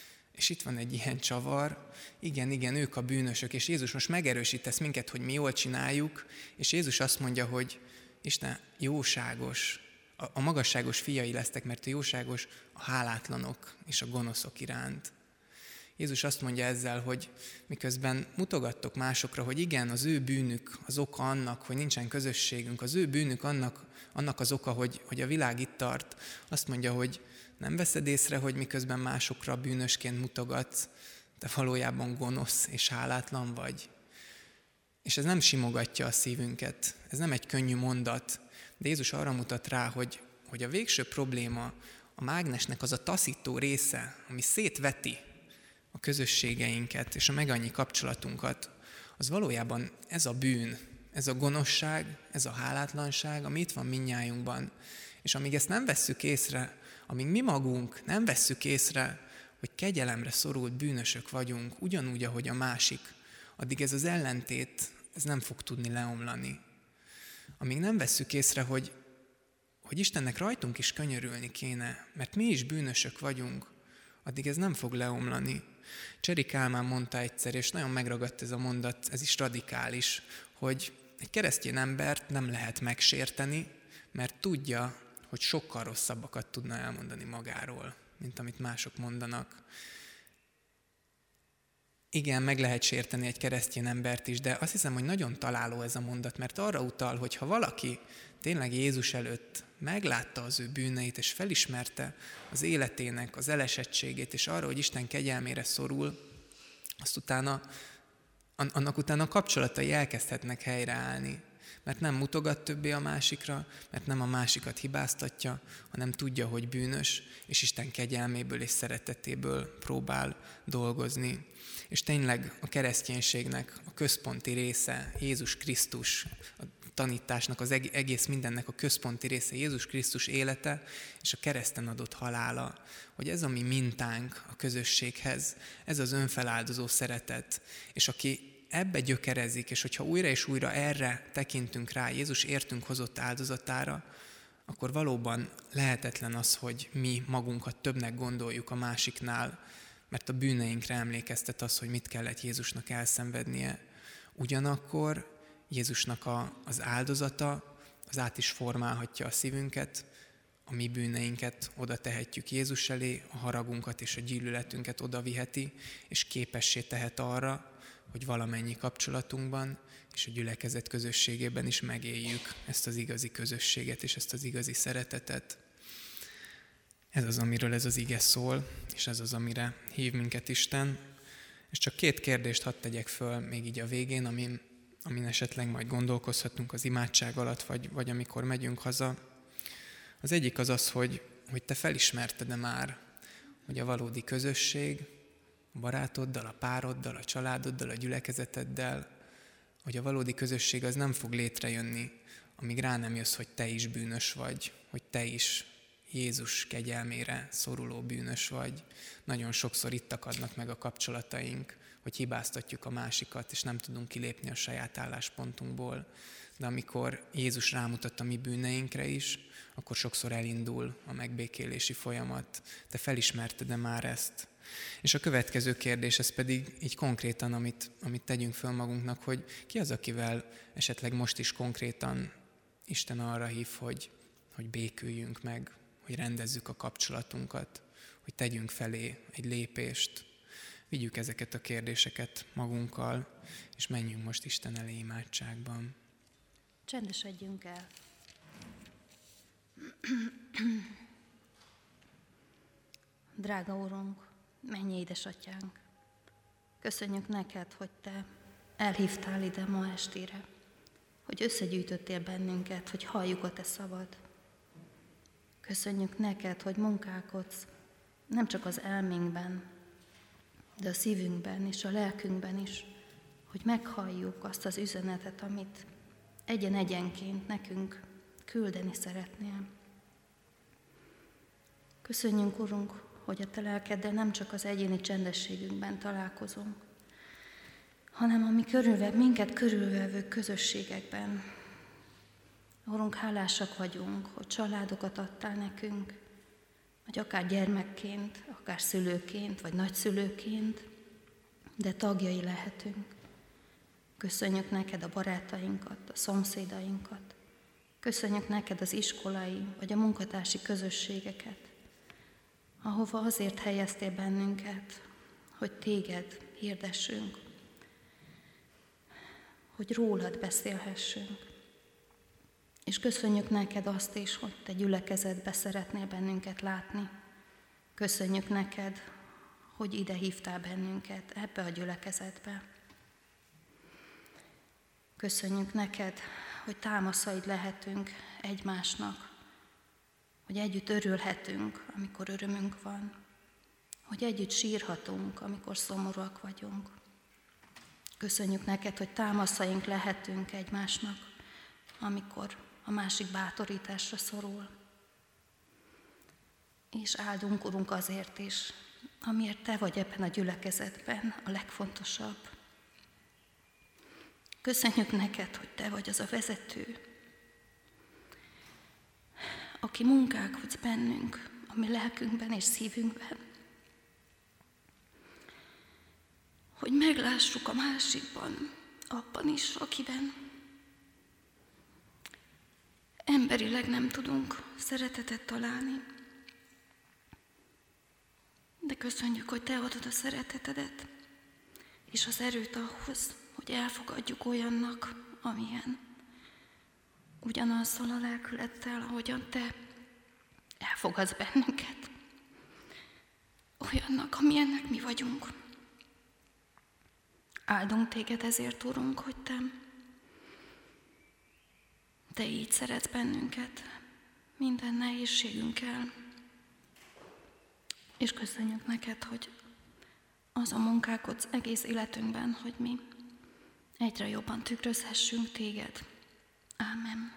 És itt van egy ilyen csavar, igen, igen, ők a bűnösök, és Jézus most megerősítesz minket, hogy mi jól csináljuk, és Jézus azt mondja, hogy Isten jóságos, a, a magasságos fiai lesztek, mert ő jóságos a hálátlanok és a gonoszok iránt. Jézus azt mondja ezzel, hogy miközben mutogattok másokra, hogy igen, az ő bűnük az oka annak, hogy nincsen közösségünk, az ő bűnük annak, annak az oka, hogy, hogy a világ itt tart, azt mondja, hogy nem veszed észre, hogy miközben másokra bűnösként mutogatsz, te valójában gonosz és hálátlan vagy. És ez nem simogatja a szívünket, ez nem egy könnyű mondat, de Jézus arra mutat rá, hogy, hogy a végső probléma, a mágnesnek az a taszító része, ami szétveti a közösségeinket és a megannyi kapcsolatunkat, az valójában ez a bűn, ez a gonoszság, ez a hálátlanság, ami itt van mindnyájunkban. És amíg ezt nem vesszük észre, amíg mi magunk nem vesszük észre, hogy kegyelemre szorult bűnösök vagyunk, ugyanúgy, ahogy a másik, addig ez az ellentét, ez nem fog tudni leomlani. Amíg nem vesszük észre, hogy, hogy Istennek rajtunk is könyörülni kéne, mert mi is bűnösök vagyunk, addig ez nem fog leomlani. Cseri Kálmán mondta egyszer, és nagyon megragadt ez a mondat, ez is radikális, hogy egy keresztény embert nem lehet megsérteni, mert tudja, hogy sokkal rosszabbakat tudna elmondani magáról, mint amit mások mondanak. Igen, meg lehet sérteni egy keresztény embert is, de azt hiszem, hogy nagyon találó ez a mondat, mert arra utal, hogy ha valaki tényleg Jézus előtt meglátta az ő bűneit, és felismerte az életének az elesettségét, és arra, hogy Isten kegyelmére szorul, azt utána, annak utána a kapcsolatai elkezdhetnek helyreállni. Mert nem mutogat többé a másikra, mert nem a másikat hibáztatja, hanem tudja, hogy bűnös, és Isten kegyelméből és szeretetéből próbál dolgozni. És tényleg a kereszténységnek a központi része Jézus Krisztus, a tanításnak, az egész mindennek a központi része Jézus Krisztus élete és a kereszten adott halála, hogy ez a mi mintánk a közösséghez, ez az önfeláldozó szeretet, és aki ebbe gyökerezik, és hogyha újra és újra erre tekintünk rá, Jézus értünk hozott áldozatára, akkor valóban lehetetlen az, hogy mi magunkat többnek gondoljuk a másiknál, mert a bűneinkre emlékeztet az, hogy mit kellett Jézusnak elszenvednie. Ugyanakkor Jézusnak a, az áldozata az át is formálhatja a szívünket, a mi bűneinket oda tehetjük Jézus elé, a haragunkat és a gyűlöletünket oda viheti, és képessé tehet arra, hogy valamennyi kapcsolatunkban és a gyülekezet közösségében is megéljük ezt az igazi közösséget és ezt az igazi szeretetet. Ez az, amiről ez az ige szól, és ez az, amire hív minket Isten. És csak két kérdést hadd tegyek föl még így a végén, amin, amin esetleg majd gondolkozhatunk az imádság alatt, vagy, vagy amikor megyünk haza. Az egyik az az, hogy, hogy te felismerted-e már, hogy a valódi közösség a barátoddal, a pároddal, a családoddal, a gyülekezeteddel, hogy a valódi közösség az nem fog létrejönni, amíg rá nem jössz, hogy te is bűnös vagy, hogy te is Jézus kegyelmére szoruló bűnös vagy. Nagyon sokszor itt akadnak meg a kapcsolataink, hogy hibáztatjuk a másikat, és nem tudunk kilépni a saját álláspontunkból. De amikor Jézus rámutat a mi bűneinkre is, akkor sokszor elindul a megbékélési folyamat. Te felismerted-e már ezt? És a következő kérdés, ez pedig így konkrétan, amit, amit tegyünk föl magunknak, hogy ki az, akivel esetleg most is konkrétan Isten arra hív, hogy, hogy béküljünk meg, hogy rendezzük a kapcsolatunkat, hogy tegyünk felé egy lépést. Vigyük ezeket a kérdéseket magunkkal, és menjünk most Isten elé imádságban. Csendesedjünk el. Drága Urunk, mennyi édesatyánk, köszönjük neked, hogy te elhívtál ide ma estére, hogy összegyűjtöttél bennünket, hogy halljuk a te szavad. Köszönjük neked, hogy munkálkodsz nem csak az elménkben, de a szívünkben és a lelkünkben is, hogy meghalljuk azt az üzenetet, amit egyen-egyenként nekünk küldeni szeretnél. Köszönjünk, Urunk, hogy a te lelkeddel nem csak az egyéni csendességünkben találkozunk, hanem ami körülve, minket körülvevő közösségekben. Urunk, hálásak vagyunk, hogy családokat adtál nekünk, vagy akár gyermekként, akár szülőként, vagy nagyszülőként, de tagjai lehetünk. Köszönjük neked a barátainkat, a szomszédainkat. Köszönjük neked az iskolai, vagy a munkatársi közösségeket, ahova azért helyeztél bennünket, hogy téged hirdessünk, hogy rólad beszélhessünk. És köszönjük neked azt is, hogy te gyülekezetbe szeretnél bennünket látni. Köszönjük neked, hogy ide hívtál bennünket, ebbe a gyülekezetbe. Köszönjük neked, hogy támaszaid lehetünk egymásnak, hogy együtt örülhetünk, amikor örömünk van, hogy együtt sírhatunk, amikor szomorúak vagyunk. Köszönjük neked, hogy támaszaink lehetünk egymásnak, amikor a másik bátorításra szorul. És áldunk, Urunk, azért is, amiért te vagy ebben a gyülekezetben a legfontosabb. Köszönjük neked, hogy te vagy az a vezető, aki munkálkodsz bennünk, a mi lelkünkben és szívünkben, hogy meglássuk a másikban, abban is, akiben emberileg nem tudunk szeretetet találni. De köszönjük, hogy te adod a szeretetedet, és az erőt ahhoz, hogy elfogadjuk olyannak, amilyen. Ugyanazzal a lelkülettel, ahogyan te elfogadsz bennünket. Olyannak, amilyennek mi vagyunk. Áldunk téged ezért, Urunk, hogy te, te így szeretsz bennünket minden nehézségünkkel. És köszönjük neked, hogy az a munkálkodsz egész életünkben, hogy mi egyre jobban tükrözhessünk téged. Ámen.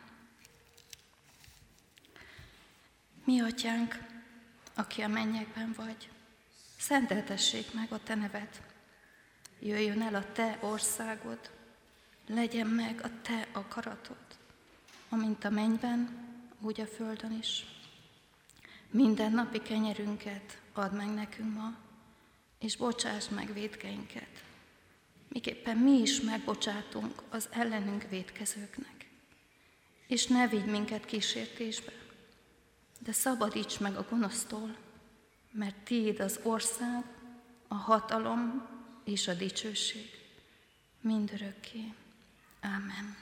Mi atyánk, aki a mennyekben vagy, szenteltessék meg a te neved. jöjjön el a te országod, legyen meg a te akaratod, amint a mennyben, úgy a földön is. Minden napi kenyerünket add meg nekünk ma, és bocsáss meg vétkeinket, miképpen mi is megbocsátunk az ellenünk vétkezőknek. És ne vigy minket kísértésbe, de szabadíts meg a gonosztól, mert tiéd az ország, a hatalom és a dicsőség mindörökké. Ámen.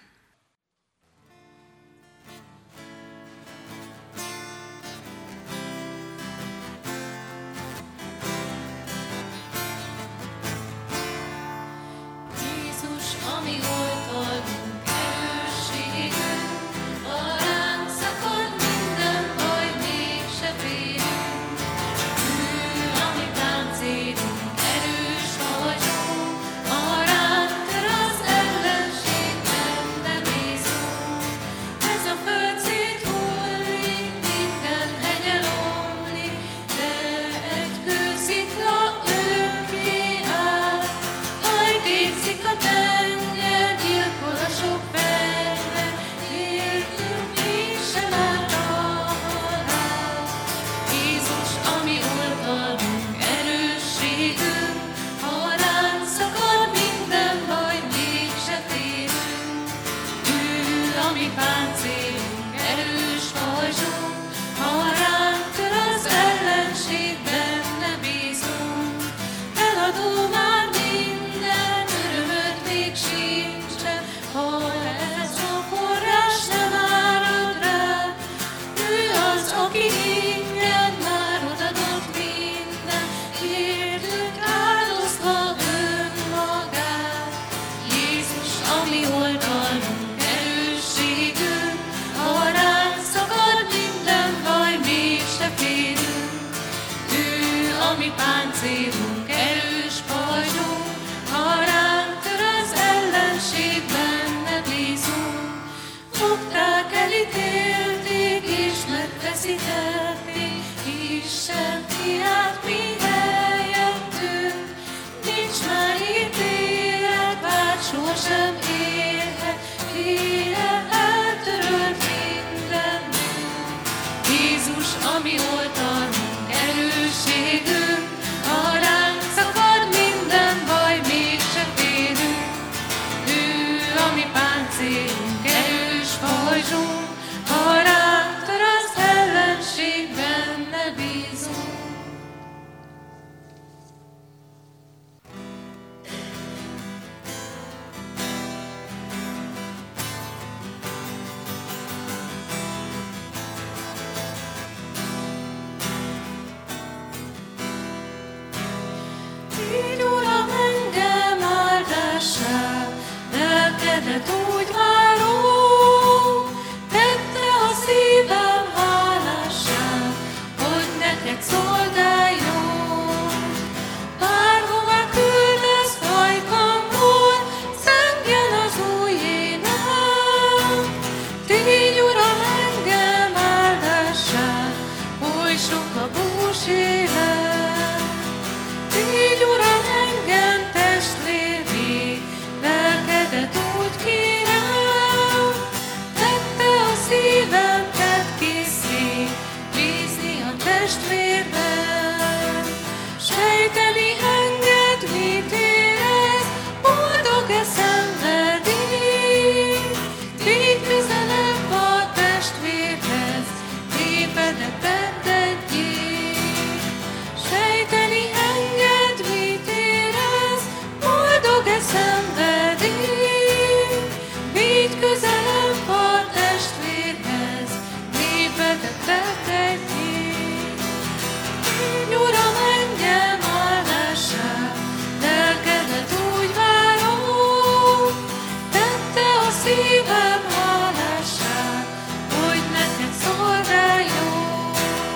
Jézus, ami oltalmunk, erősségünk, ha ránk szakad minden baj, mégse félünk. Ő, ami páncélunk, erős vagyunk, ha ránk tör az ellenség, benne bízunk. Ez a föld széthullik, minden hegyen omlik, de egy kőszikla örökké áll. Hajtészik a tenger, gyilkol a sok fegyver, értünk mégsem árt a halál. Jézus, ami oltalmunk, erősségünk, ha ránk szakad minden baj, mégse félünk. Ő, ami páncélunk, erős vagyunk, ha ránk tör az ellenség, benne bízunk. Eladó már minden, örömöd még sincsen, ha ez a forrás nem árad rá. Ő az, aki ingyen már odadott minden, értünk áldozva önmagát. Jézus, ami oltalmunk, erősségünk, ha ránk szakad minden baj, mégse félünk. Ő, ami páncélunk, erős vagyunk, ha ránk tör az ellenség, benne bízunk. Fogták, elítélték és megfeszítették, Isten fiát mi helyettünk. Nincs már ítélet, bár sohasem élhet, éle eltörölt mindenünk. Jézus, ami oltalmunk, erősségünk, ha ránk szakad minden baj, mégse félünk. Ő, ami páncélunk, erős vagyunk, ha ránk tör az ellenség, benne bízunk. Így, Uram, engem áldássá, lelkedet úgy várom, tette a szívem hálássá, hogy neked szolgáljon. Bárhová küldesz hajkamból, zengjen az új ének. Tégy, Uram, engem áldássá, oly sok a bús élet. Tégy, Uram, engem testvérré, lelkedet úgy kérem, tette a szívem, tedd készé, bízni a testvérben. Sejteni enged, mit érez, boldog-e szenvedély. Tégy közelebb a testvérhez, népedet tedd egyé. Sejteni enged, mit érez, boldog-e szenvedély. Vigy közelebb a testvérhez, népedet tedd egyé. Tégy, Uram, engem áldássá, lelkedet úgy várom, tette a szívem hálássá, hogy neked szolgáljon.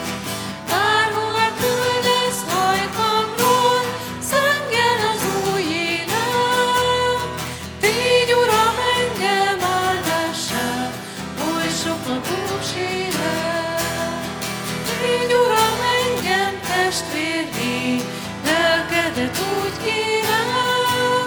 Bárhová küldesz hajkamról, zengjen az új ének. Tégy, Uram, engem áldássá, oly sok a bús élet. Tégy, Uram, engem testvérré, lelkedet úgy kérem,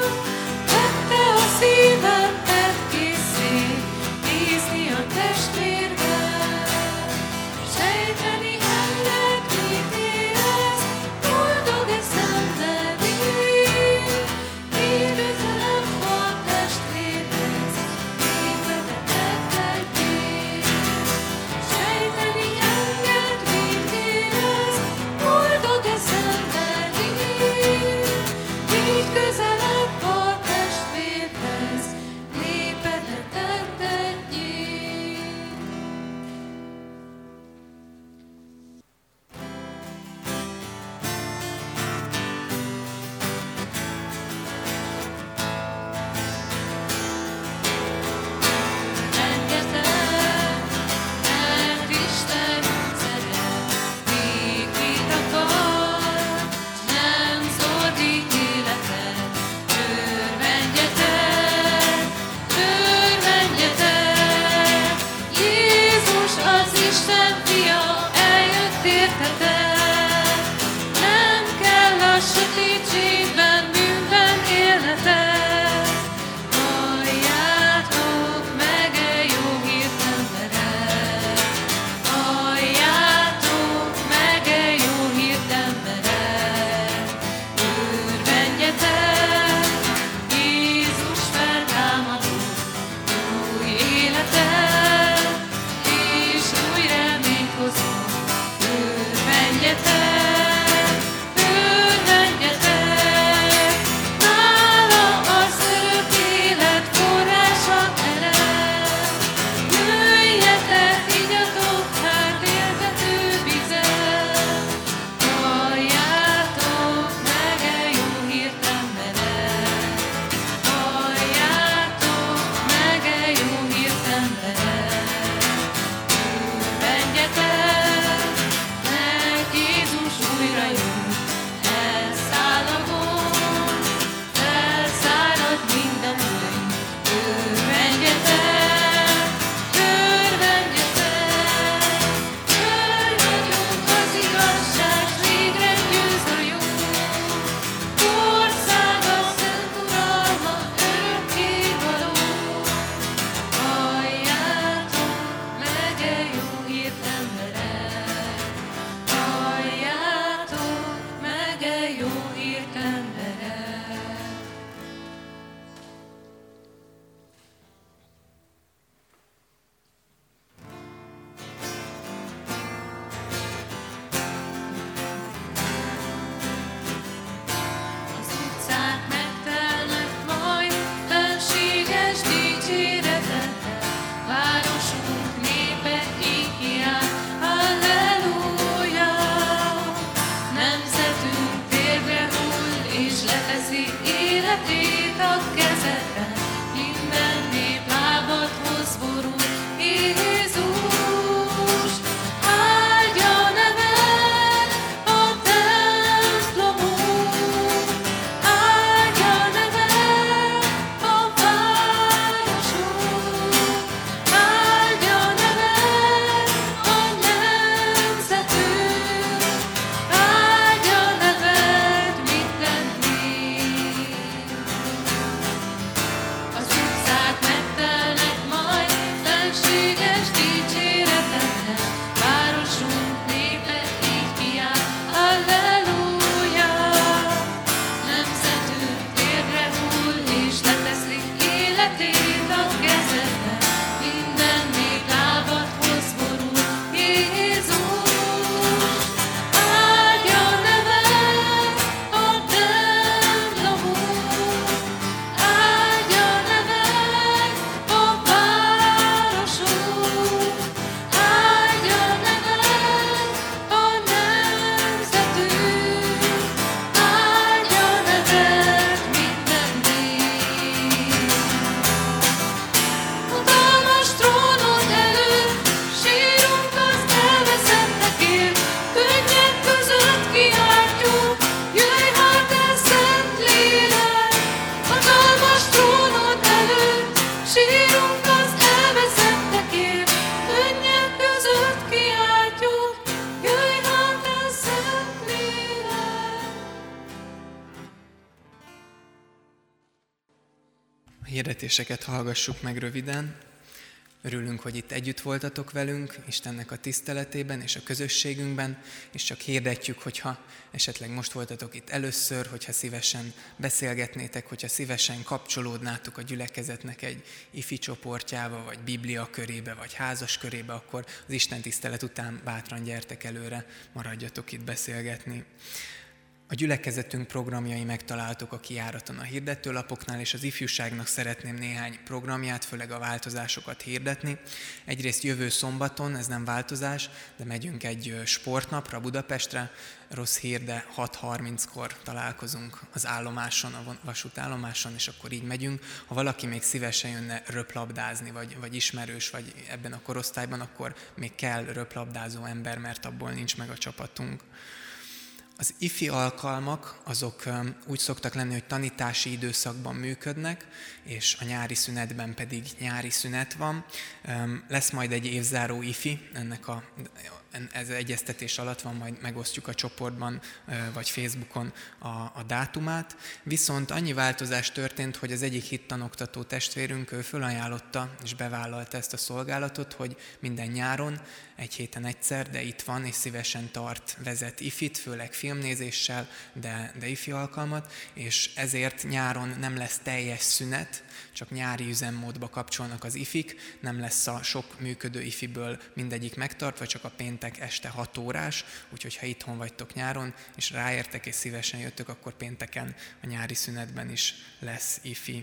hirdetéseket hallgassuk meg röviden. Örülünk, hogy itt együtt voltatok velünk, Istennek a tiszteletében és a közösségünkben, és csak hirdetjük, hogyha esetleg most voltatok itt először, hogyha szívesen beszélgetnétek, hogyha szívesen kapcsolódnátok a gyülekezetnek egy ifi csoportjába, vagy biblia körébe, vagy házas körébe, akkor az Isten tisztelet után bátran gyertek előre, maradjatok itt beszélgetni. A gyülekezetünk programjai megtaláltok a kijáraton a hirdetőlapoknál, és az ifjúságnak szeretném néhány programját, főleg a változásokat hirdetni. Egyrészt jövő szombaton, ez nem változás, de megyünk egy sportnapra Budapestre, rossz hír, de hat harminckor találkozunk az állomáson, a vasútállomáson, és akkor így megyünk. Ha valaki még szívesen jönne röplabdázni, vagy, vagy ismerős, vagy ebben a korosztályban, akkor még kell röplabdázó ember, mert abból nincs meg a csapatunk. Az ifi alkalmak azok úgy szoktak lenni, hogy tanítási időszakban működnek, és a nyári szünetben pedig nyári szünet van. Lesz majd egy évzáró ifi, ennek a, ez egyeztetés alatt van, majd megosztjuk a csoportban vagy Facebookon a, a dátumát. Viszont annyi változás történt, hogy az egyik hittanoktató testvérünk ő fölajánlotta és bevállalta ezt a szolgálatot, hogy minden nyáron, egy héten egyszer, de itt van, és szívesen tart, vezet ifit, főleg filmnézéssel, de, de ifi alkalmat, és ezért nyáron nem lesz teljes szünet, csak nyári üzemmódba kapcsolnak az ifik, nem lesz a sok működő ifiből mindegyik megtartva, csak a péntek este hat órás, úgyhogy ha itthon vagytok nyáron, és ráértek és szívesen jöttök, akkor pénteken a nyári szünetben is lesz ifi.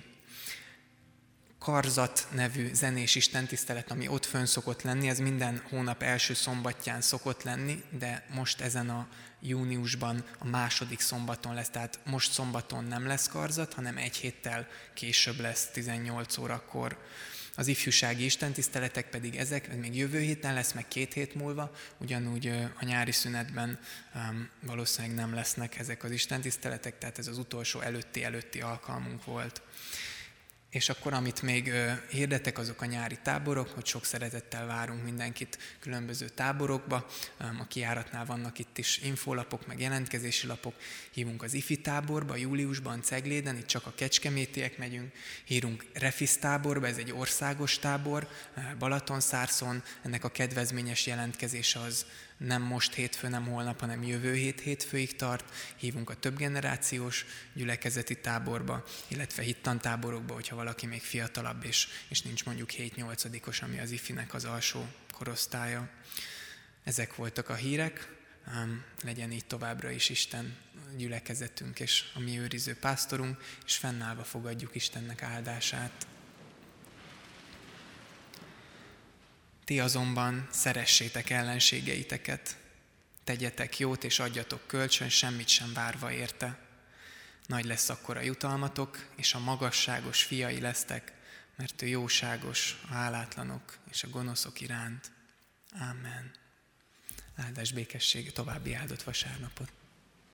Karzat nevű zenés istentisztelet, ami ott fönn szokott lenni, ez minden hónap első szombatján szokott lenni, de most ezen a júniusban a második szombaton lesz, tehát most szombaton nem lesz karzat, hanem egy héttel később lesz, tizennyolc órakor. Az ifjúsági istentiszteletek pedig ezek, még jövő héten lesz, meg két hét múlva, ugyanúgy a nyári szünetben um, valószínűleg nem lesznek ezek az istentiszteletek, tehát ez az utolsó előtti-előtti alkalmunk volt. És akkor, amit még hirdetek, azok a nyári táborok, hogy sok szeretettel várunk mindenkit különböző táborokba. A kijáratnál vannak itt is infólapok, meg jelentkezési lapok. Hívunk az ifi táborba, júliusban Cegléden, itt csak a kecskemétiek megyünk. Hívunk Refisz táborba, ez egy országos tábor, Balatonszárszon. Ennek a kedvezményes jelentkezése az nem most hétfő, nem holnap, hanem jövő hét hétfőig tart. Hívunk a többgenerációs gyülekezeti táborba, illetve hittantáborokba, hogyha valaki még fiatalabb, és, és nincs mondjuk hét-nyolcadikos, ami az ifinek az alsó korosztálya. Ezek voltak a hírek. Legyen így továbbra is Isten gyülekezetünk és a mi őriző pásztorunk, és fennállva fogadjuk Istennek áldását. Ti azonban szeressétek ellenségeiteket, tegyetek jót és adjatok kölcsön, semmit sem várva érte. Nagy lesz akkor a jutalmatok, és a magasságos fiai lesztek, mert ő jóságos a hálátlanok és a gonoszok iránt. Ámen. Áldás békesség, további áldott vasárnapot.